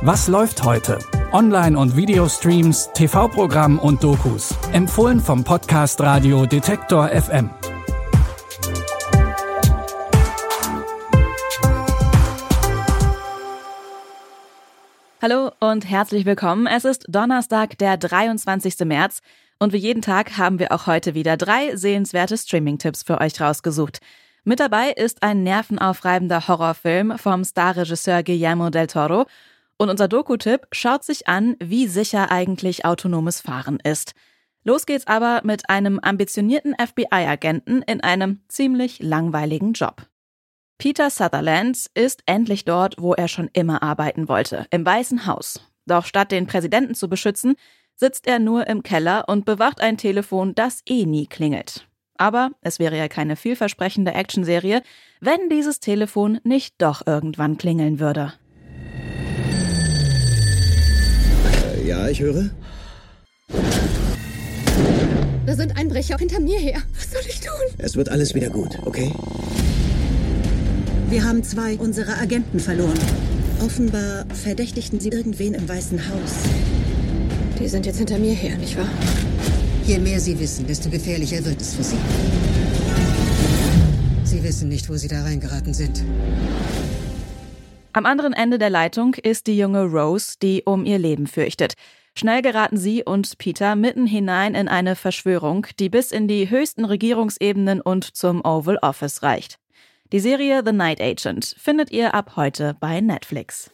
Was läuft heute? Online- und Videostreams, TV-Programm und Dokus. Empfohlen vom Podcast Radio Detektor FM. Hallo und herzlich willkommen. Es ist Donnerstag, der 23. März und wie jeden Tag haben wir auch heute wieder 3 sehenswerte Streaming-Tipps für euch rausgesucht. Mit dabei ist ein nervenaufreibender Horrorfilm vom Starregisseur Guillermo del Toro und unser Doku-Tipp schaut sich an, wie sicher eigentlich autonomes Fahren ist. Los geht's aber mit einem ambitionierten FBI-Agenten in einem ziemlich langweiligen Job. Peter Sutherland ist endlich dort, wo er schon immer arbeiten wollte, im Weißen Haus. Doch statt den Präsidenten zu beschützen, sitzt er nur im Keller und bewacht ein Telefon, das nie klingelt. Aber es wäre ja keine vielversprechende Actionserie, wenn dieses Telefon nicht doch irgendwann klingeln würde. Ja, ich höre. Da sind Einbrecher hinter mir her. Was soll ich tun? Es wird alles wieder gut, okay? Wir haben 2 unserer Agenten verloren. Offenbar verdächtigten sie irgendwen im Weißen Haus. Die sind jetzt hinter mir her, nicht wahr? Je mehr sie wissen, desto gefährlicher wird es für sie. Sie wissen nicht, wo sie da reingeraten sind. Am anderen Ende der Leitung ist die junge Rose, die um ihr Leben fürchtet. Schnell geraten sie und Peter mitten hinein in eine Verschwörung, die bis in die höchsten Regierungsebenen und zum Oval Office reicht. Die Serie The Night Agent findet ihr ab heute bei Netflix.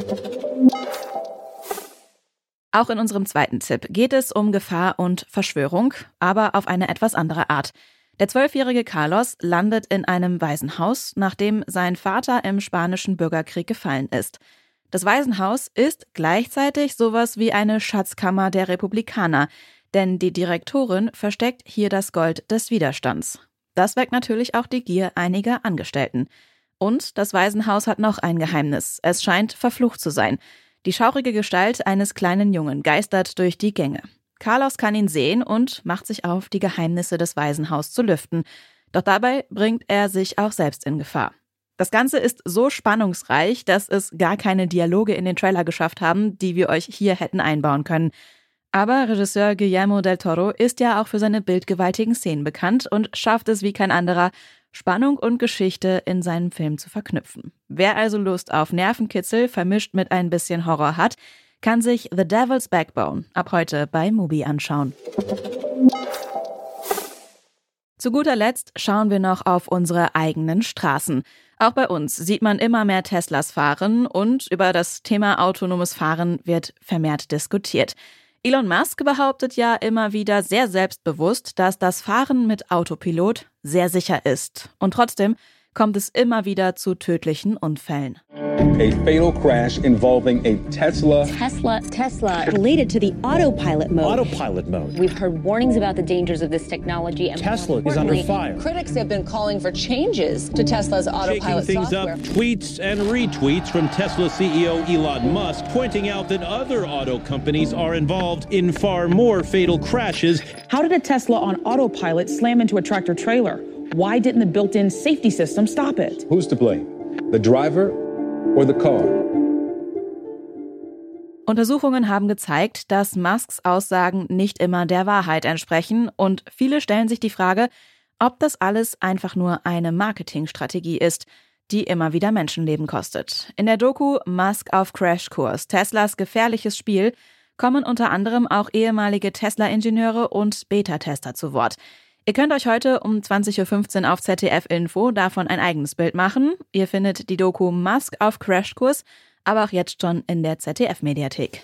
Auch in unserem zweiten Tipp geht es um Gefahr und Verschwörung, aber auf eine etwas andere Art. Der 12-jährige Carlos landet in einem Waisenhaus, nachdem sein Vater im Spanischen Bürgerkrieg gefallen ist. Das Waisenhaus ist gleichzeitig sowas wie eine Schatzkammer der Republikaner, denn die Direktorin versteckt hier das Gold des Widerstands. Das weckt natürlich auch die Gier einiger Angestellten. Und das Waisenhaus hat noch ein Geheimnis. Es scheint verflucht zu sein. Die schaurige Gestalt eines kleinen Jungen geistert durch die Gänge. Carlos kann ihn sehen und macht sich auf, die Geheimnisse des Waisenhauses zu lüften. Doch dabei bringt er sich auch selbst in Gefahr. Das Ganze ist so spannungsreich, dass es gar keine Dialoge in den Trailer geschafft haben, die wir euch hier hätten einbauen können. Aber Regisseur Guillermo del Toro ist ja auch für seine bildgewaltigen Szenen bekannt und schafft es wie kein anderer, Spannung und Geschichte in seinem Film zu verknüpfen. Wer also Lust auf Nervenkitzel vermischt mit ein bisschen Horror hat, kann sich The Devil's Backbone ab heute bei Mubi anschauen. Zu guter Letzt schauen wir noch auf unsere eigenen Straßen. Auch bei uns sieht man immer mehr Teslas fahren und über das Thema autonomes Fahren wird vermehrt diskutiert. Elon Musk behauptet ja immer wieder sehr selbstbewusst, dass das Fahren mit Autopilot sehr sicher ist. Und trotzdem kommt es immer wieder zu tödlichen Unfällen. A fatal crash involving a Tesla related to the autopilot mode. We've heard warnings about the dangers of this technology. And Tesla is under fire. Critics have been calling for changes to Tesla's autopilot Shaking things software. up, tweets and retweets from Tesla CEO Elon Musk pointing out that other auto companies are involved in far more fatal crashes. How did a Tesla on autopilot slam into a tractor trailer? Why didn't the built-in safety system stop it? Who's to blame? The driver or the car? Untersuchungen haben gezeigt, dass Musks Aussagen nicht immer der Wahrheit entsprechen und viele stellen sich die Frage, ob das alles einfach nur eine Marketingstrategie ist, die immer wieder Menschenleben kostet. In der Doku Musk auf Crashkurs, Teslas gefährliches Spiel, kommen unter anderem auch ehemalige Tesla-Ingenieure und Beta-Tester zu Wort. Ihr könnt euch heute um 20.15 Uhr auf ZDF Info davon ein eigenes Bild machen. Ihr findet die Doku Musk auf Crashkurs, aber auch jetzt schon in der ZDF-Mediathek.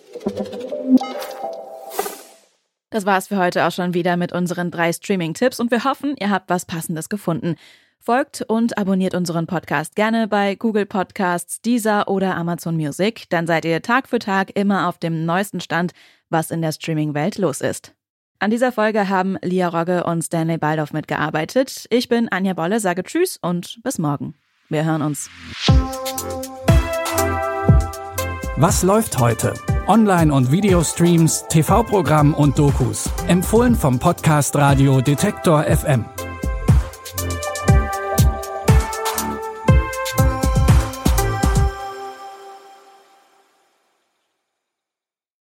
Das war's für heute auch schon wieder mit unseren 3 Streaming-Tipps und wir hoffen, ihr habt was Passendes gefunden. Folgt und abonniert unseren Podcast gerne bei Google Podcasts, Deezer oder Amazon Music. Dann seid ihr Tag für Tag immer auf dem neuesten Stand, was in der Streaming-Welt los ist. An dieser Folge haben Lia Rogge und Stanley Baldauf mitgearbeitet. Ich bin Anja Bolle, sage Tschüss und bis morgen. Wir hören uns. Was läuft heute? Online- und Videostreams, TV-Programm und Dokus. Empfohlen vom Podcast Radio Detektor FM.